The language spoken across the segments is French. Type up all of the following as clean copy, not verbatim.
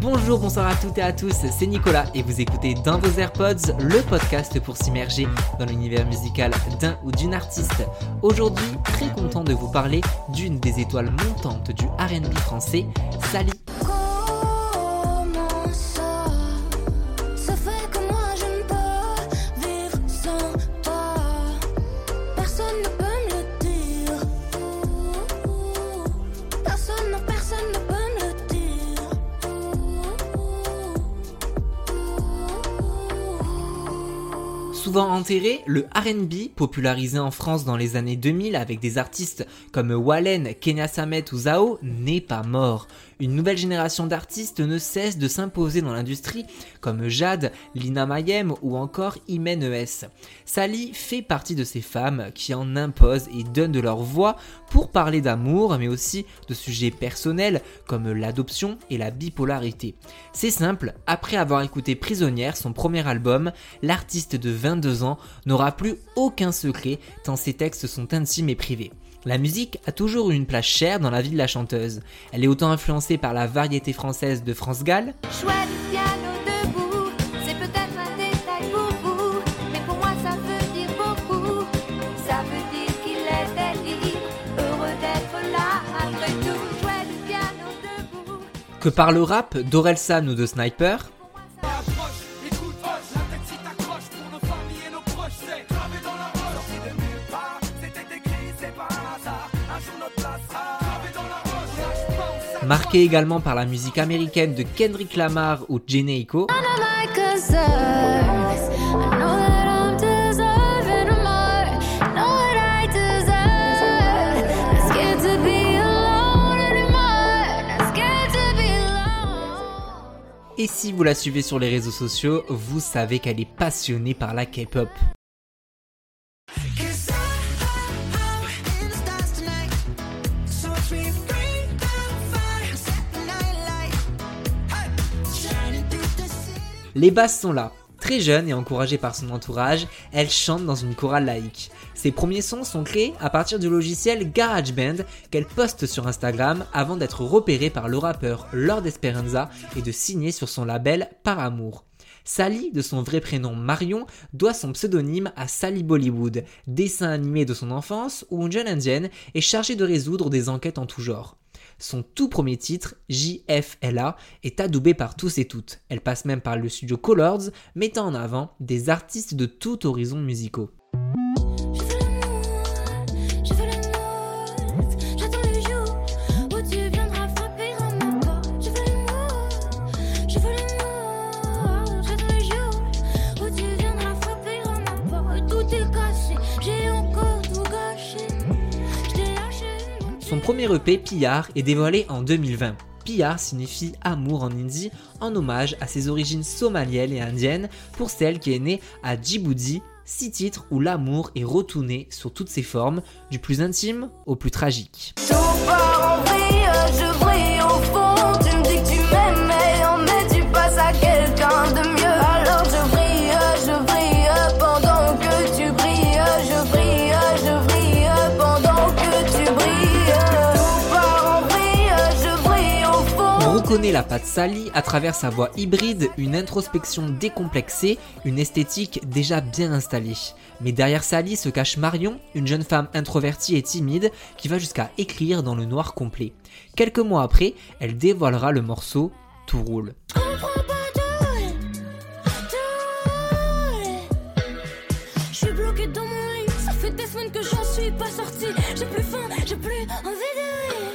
Bonjour, bonsoir à toutes et à tous, c'est Nicolas et vous écoutez dans vos AirPods, le podcast pour s'immerger dans l'univers musical d'un ou d'une artiste. Aujourd'hui, très content de vous parler d'une des étoiles montantes du R&B français, Sally. Souvent enterré, le R&B, popularisé en France dans les années 2000 avec des artistes comme Wallen, Kenya Samet ou Zao, n'est pas mort. Une nouvelle génération d'artistes ne cesse de s'imposer dans l'industrie, comme Jade, Lina Mayem ou encore Imen ES. Sally fait partie de ces femmes qui en imposent et donnent de leur voix pour parler d'amour, mais aussi de sujets personnels comme l'adoption et la bipolarité. C'est simple, après avoir écouté Prisonnière, son premier album, l'artiste de 22 ans n'aura plus aucun secret tant ses textes sont intimes et privés. La musique a toujours eu une place chère dans la vie de la chanteuse. Elle est autant influencée par la variété française de France Gall, Choix du piano debout, c'est peut-être un détail pour vous, mais pour moi ça veut dire beaucoup. Ça veut dire qu'il était libre, heureux d'être là après tout. Choix du piano debout. que par le rap d'Orelsan ou de Sniper, marqué également par la musique américaine de Kendrick Lamar ou Jhené Aiko, et si vous la suivez sur les réseaux sociaux, vous savez qu'elle est passionnée par la K-pop. Les basses sont là. Très jeune et encouragée par son entourage, elle chante dans une chorale laïque. Ses premiers sons sont créés à partir du logiciel GarageBand qu'elle poste sur Instagram avant d'être repérée par le rappeur Lord Esperanza et de signer sur son label Par Amour. Sally, de son vrai prénom Marion, doit son pseudonyme à Sally Bollywood, dessin animé de son enfance où une jeune indienne est chargée de résoudre des enquêtes en tout genre. Son tout premier titre, JFLA, est adoubé par tous et toutes. Elle passe même par le studio Colors, mettant en avant des artistes de tout horizon musicaux. Son premier EP, Pyar, est dévoilé en 2020. Pyar signifie amour en hindi, en hommage à ses origines somaliennes et indiennes pour celle qui est née à Djibouti, 6 titres où l'amour est retourné sur toutes ses formes, du plus intime au plus tragique. Tout part en vrille, je brille au fond. Tu me dis que tu m'aimes, mais tu passes à quelqu'un de mieux. Alors je brille pendant que tu brilles. Je brille pendant que tu brilles. Tout part en vrille, je brille au fond. On reconnaît la patte Sally à travers sa voix hybride, une introspection décomplexée, une esthétique déjà bien installée. Mais derrière Sally se cache Marion, une jeune femme introvertie et timide qui va jusqu'à écrire dans le noir complet. Quelques mois après, elle dévoilera le morceau « Tout roule ». Je suis bloquée dans mon lit, ça fait des semaines que j'en suis pas sortie. J'ai plus faim, j'ai plus envie de rire.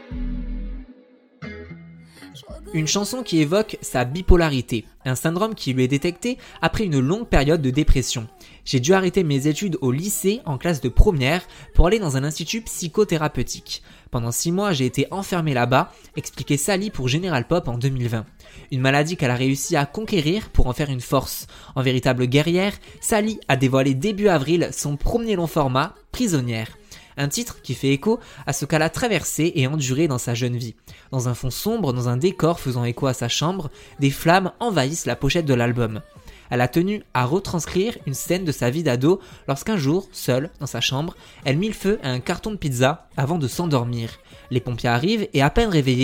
Une chanson qui évoque sa bipolarité, un syndrome qui lui est détecté après une longue période de dépression. J'ai dû arrêter mes études au lycée en classe de première pour aller dans un institut psychothérapeutique. Pendant 6 mois, j'ai été enfermée là-bas, expliquait Sally pour Général Pop en 2020. Une maladie qu'elle a réussi à conquérir pour en faire une force. En véritable guerrière, Sally a dévoilé début avril son premier long format, Prisonnière. Un titre qui fait écho à ce qu'elle a traversé et enduré dans sa jeune vie. Dans un fond sombre, dans un décor faisant écho à sa chambre, des flammes envahissent la pochette de l'album. Elle a tenu à retranscrire une scène de sa vie d'ado lorsqu'un jour, seule, dans sa chambre, elle mit le feu à un carton de pizza avant de s'endormir. Les pompiers arrivent et à peine réveillée,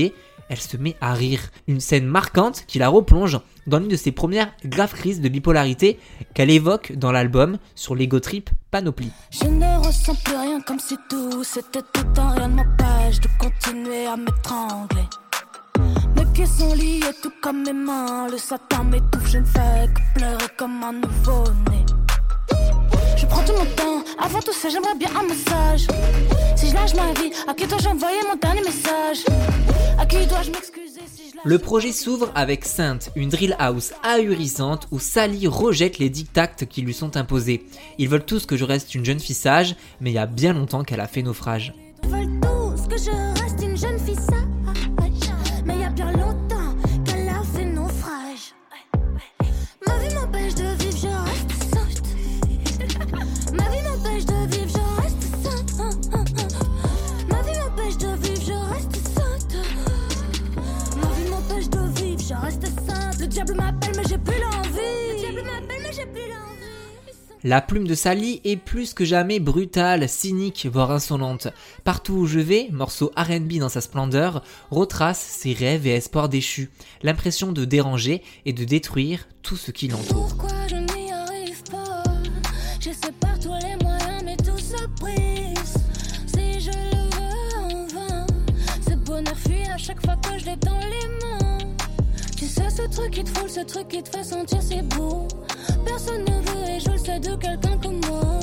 elle se met à rire. Une scène marquante qui la replonge dans l'une de ses premières graves crises de bipolarité qu'elle évoque dans l'album sur l'ego trip Panoplie. Je ne ressens plus rien comme si tout c'était tout un rien ne m'empêche de continuer à m'étrangler. Mes pieds sont liés tout comme mes mains, le satin m'étouffe, je ne fais que pleurer comme un nouveau-né. Je prends tout mon temps, avant tout ça j'aimerais bien un massage. Si je lâche ma vie, à qui dois-je envoyer mon dernier message? À qui dois-je m'excuser si je lâche... Le projet s'ouvre avec Sainte, une drill house ahurissante où Sally rejette les dictats qui lui sont imposés. Ils veulent tous que je reste une jeune fille sage, mais il y a bien longtemps qu'elle a fait naufrage. Ils veulent tous que je reste une jeune fille sage, mais il y a bien longtemps qu'elle a fait naufrage. Ma vie m'empêche de vivre, je reste sainte. Ma vie m'empêche de vivre, je reste sainte. Ma vie m'empêche de vivre, je reste sainte. Ma vie m'empêche de vivre, je reste sainte. Le diable m'appelle mais j'ai plus l'envie. Le diable m'appelle mais j'ai plus l'envie. La plume de Sally est plus que jamais brutale, cynique, voire insolente. Partout où je vais, morceau R&B dans sa splendeur, retrace ses rêves et espoirs déchus. L'impression de déranger et de détruire tout ce qui l'entoure. Pourquoi je n'y arrive pas? J'essaie par tous les moyens mais tout se brise. Si je le veux en vain, ce bonheur fuit à chaque fois que je l'ai dans les mains. Tu sais ce truc qui te fout, ce truc qui te fait sentir si beau. Personne ne veut et je le sais de quelqu'un comme moi.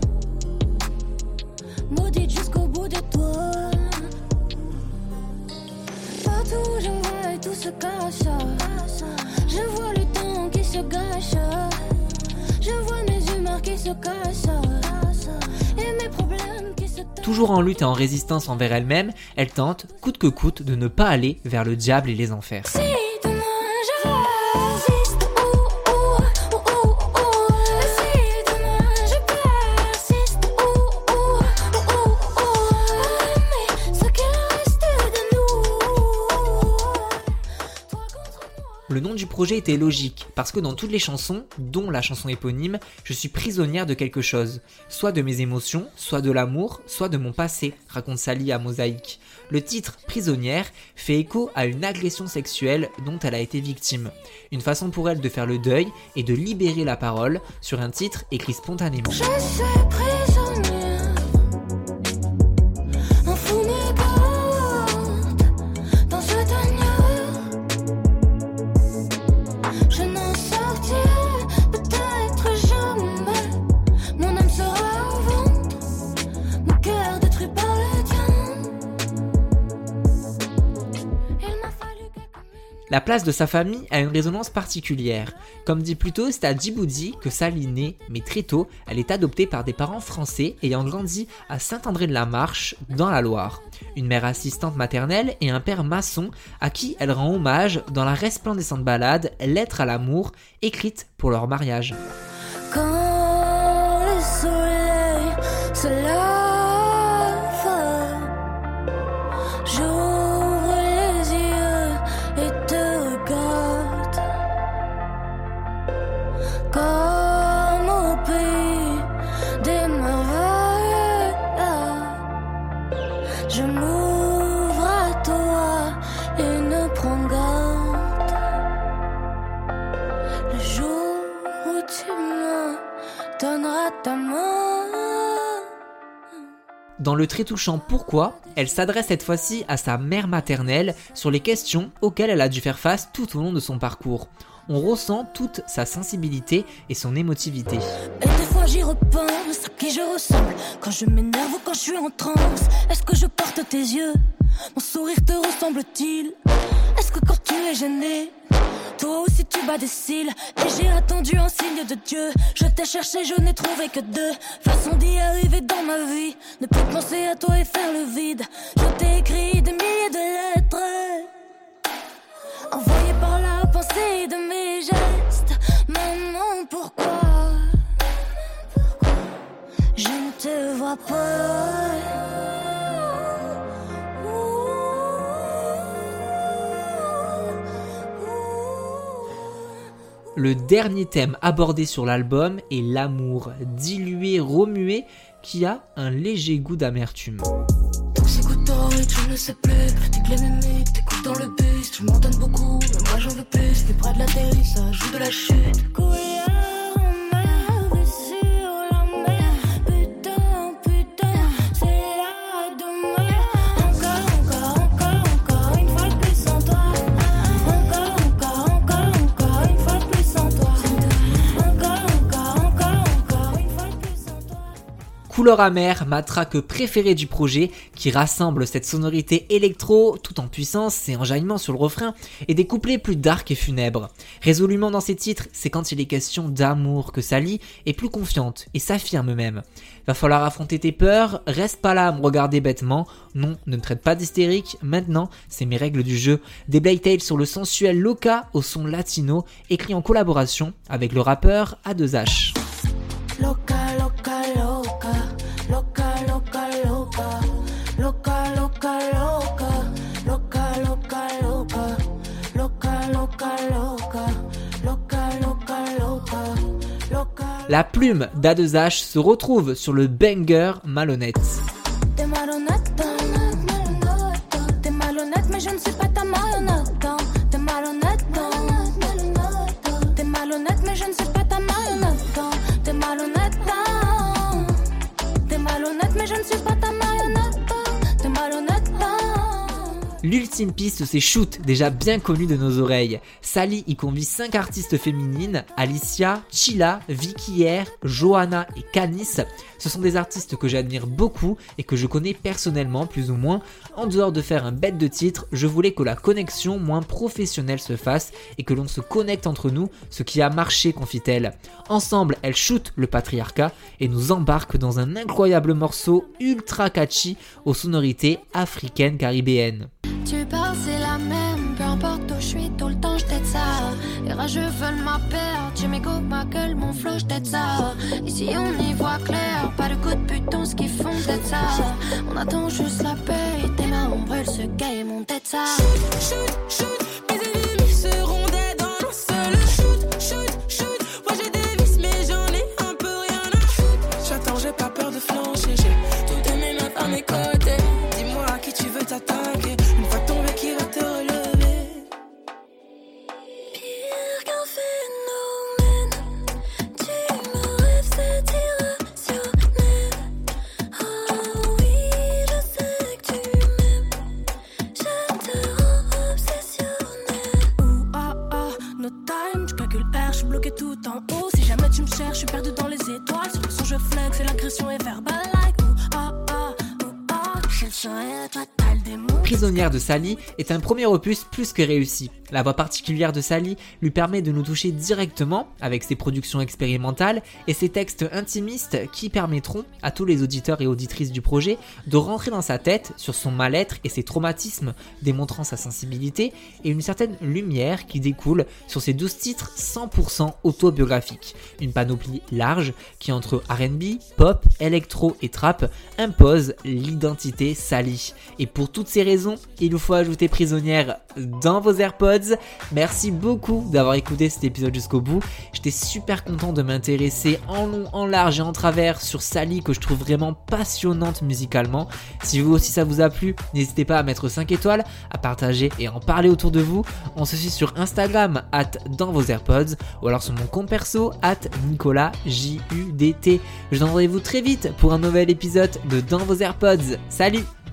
Maudite jusqu'au bout des doigts. Partout où je vois et tout se cache. Je vois le temps qui se gâche. Je vois mes humeurs qui se cachent. Et mes problèmes qui se tachent. Toujours en lutte et en résistance envers elle-même, elle tente, coûte que coûte, de ne pas aller vers le diable et les enfers. Si demain je résiste, si demain je persiste, mais ce qu'il reste de nous. Toi contre moi. Le nom du projet était logique, parce que dans toutes les chansons, dont la chanson éponyme, je suis prisonnière de quelque chose. Soit de mes émotions, soit de l'amour, soit de mon passé, raconte Sally à Mosaïque. Le titre « Prisonnière » fait écho à une agression sexuelle dont elle a été victime. Une façon pour elle de faire le deuil et de libérer la parole sur un titre écrit spontanément. Je suis prisonnière, un fou me garde dans ce tanière. Je n'en sortirai peut-être jamais. Mon âme sera en vente, mon cœur détruit par le tien. Il m'a fallu quelques minutes. La place de sa famille a une résonance particulière. Comme dit plus tôt, c'est à Djibouti que Sally naît, mais très tôt, elle est adoptée par des parents français ayant grandi à Saint-André-de-la-Marche, dans la Loire. Une mère assistante maternelle et un père maçon à qui elle rend hommage dans la resplendissante ballade « Lettre à l'amour » écrite pour leur mariage. Quand le soleil se lève, j'ouvre les yeux et te regarde. Comme au pays des merveilles, je m'ouvre à toi et ne prends garde. Le jour où tu me donneras ta main. Dans le très touchant Pourquoi, elle s'adresse cette fois-ci à sa mère maternelle sur les questions auxquelles elle a dû faire face tout au long de son parcours. On ressent toute sa sensibilité et son émotivité. Et des fois j'y repense à qui je ressemble quand je m'énerve ou quand je suis en transe. Est-ce que je porte tes yeux? Mon sourire te ressemble-t-il? Est-ce que quand tu es gêné, toi aussi tu bats des cils? Et j'ai attendu un signe de Dieu. Je t'ai cherché, je n'ai trouvé que deux façons d'y arriver dans ma vie. Ne plus penser à toi et faire le vide. Je t'ai écrit des milliers de lettres envoyées par la pensée de mes gestes. Maman, pourquoi je ne te vois pas? Le dernier thème abordé sur l'album est l'amour, dilué, remué, qui a un léger goût d'amertume. Donc j'écoute street, je ne sais plus. Nique les mimiques, t'écoutes dans le bus. Tu m'en donnes beaucoup, mais moi j'en veux plus. T'es près de l'atterrissage ou de la chute. Couillard en mer, vue sur la mer. Putain, putain, c'est là demain. Encore, une fois de plus sans toi. Encore, une fois de plus sans toi. Encore, une fois de plus sans toi. Couleur amère, ma track préférée du projet, qui rassemble cette sonorité électro tout en puissance et enjaillement sur le refrain, et des couplets plus dark et funèbres. Résolument dans ses titres, c'est quand il est question d'amour que Sally est plus confiante et s'affirme même. Va falloir affronter tes peurs, reste pas là à me regarder bêtement, non, ne me traite pas d'hystérique, maintenant c'est mes règles du jeu. Des Blade Tales sur le sensuel Loca au son latino, écrit en collaboration avec le rappeur A2H. Loca, loca, loca, loca, loca, loca, loca, loca, loca, loca, loca, loca, loca, loca, loca, loca, loca, loca, loca. La plume d'A2H se retrouve sur le banger Malhonnête. T'es malhonnête, t'es malhonnête, mais je ne suis pas ta marionnette. T'es malhonnête, t'es malhonnête, mais je ne suis pas ta marionnette. T'es malhonnête, mais je ne suis pas ta marionnette. T'es malhonnête. L'ultime piste, c'est Shoot, déjà bien connu de nos oreilles. Sally y convie 5 artistes féminines, Alicia, Chila, Vicky R, Johanna et Canis. Ce sont des artistes que j'admire beaucoup et que je connais personnellement plus ou moins. En dehors de faire un bête de titre, je voulais que la connexion moins professionnelle se fasse et que l'on se connecte entre nous, ce qui a marché, confie-t-elle. Ensemble, elles shootent le patriarcat et nous embarquent dans un incroyable morceau ultra catchy aux sonorités africaines caribéennes. Tu parles, c'est la même, peu importe où je suis, tout le temps je t'aide ça. Les rageux veulent ma paire, tu m'écoutes ma gueule, mon flow, je t'aide ça. Ici on y voit clair, pas de coup de putain, ce qu'ils font d'être ça. On attend juste la paix, tes mains on brûle ce game, on t'aide ça. Shoot, shoot, mes ennemis seront dead dans un seul shoot, shoot, shoot. Moi j'ai des vices mais j'en ai un peu rien à foutre. J'attends, j'ai pas peur de flancher, j'ai toutes mes meufs à mes côtés. Dis-moi à qui tu veux t'attaquer. Je suis perdu dans les étoiles, sur le son je flex et l'agression est verbale like je serai total des mots. Prisonnière de Sally est un premier opus plus que réussi. La voix particulière de Sally lui permet de nous toucher directement avec ses productions expérimentales et ses textes intimistes qui permettront à tous les auditeurs et auditrices du projet de rentrer dans sa tête sur son mal-être et ses traumatismes, démontrant sa sensibilité et une certaine lumière qui découle sur ces 12 titres 100% autobiographiques. Une panoplie large qui entre R&B, pop, électro et trap impose l'identité Sally. Et pour toutes ces raisons, il vous faut ajouter Prisonnière dans vos AirPods. Merci beaucoup d'avoir écouté cet épisode jusqu'au bout. J'étais super content de m'intéresser en long, en large et en travers sur Sally que je trouve vraiment passionnante musicalement. Si vous aussi ça vous a plu, n'hésitez pas à mettre 5 étoiles, à partager et à en parler autour de vous. On se suit sur Instagram @dans vos AirPods ou alors sur mon compte perso @NicolasJUDT. Je vous donne rendez-vous très vite pour un nouvel épisode de Dans vos AirPods. Salut!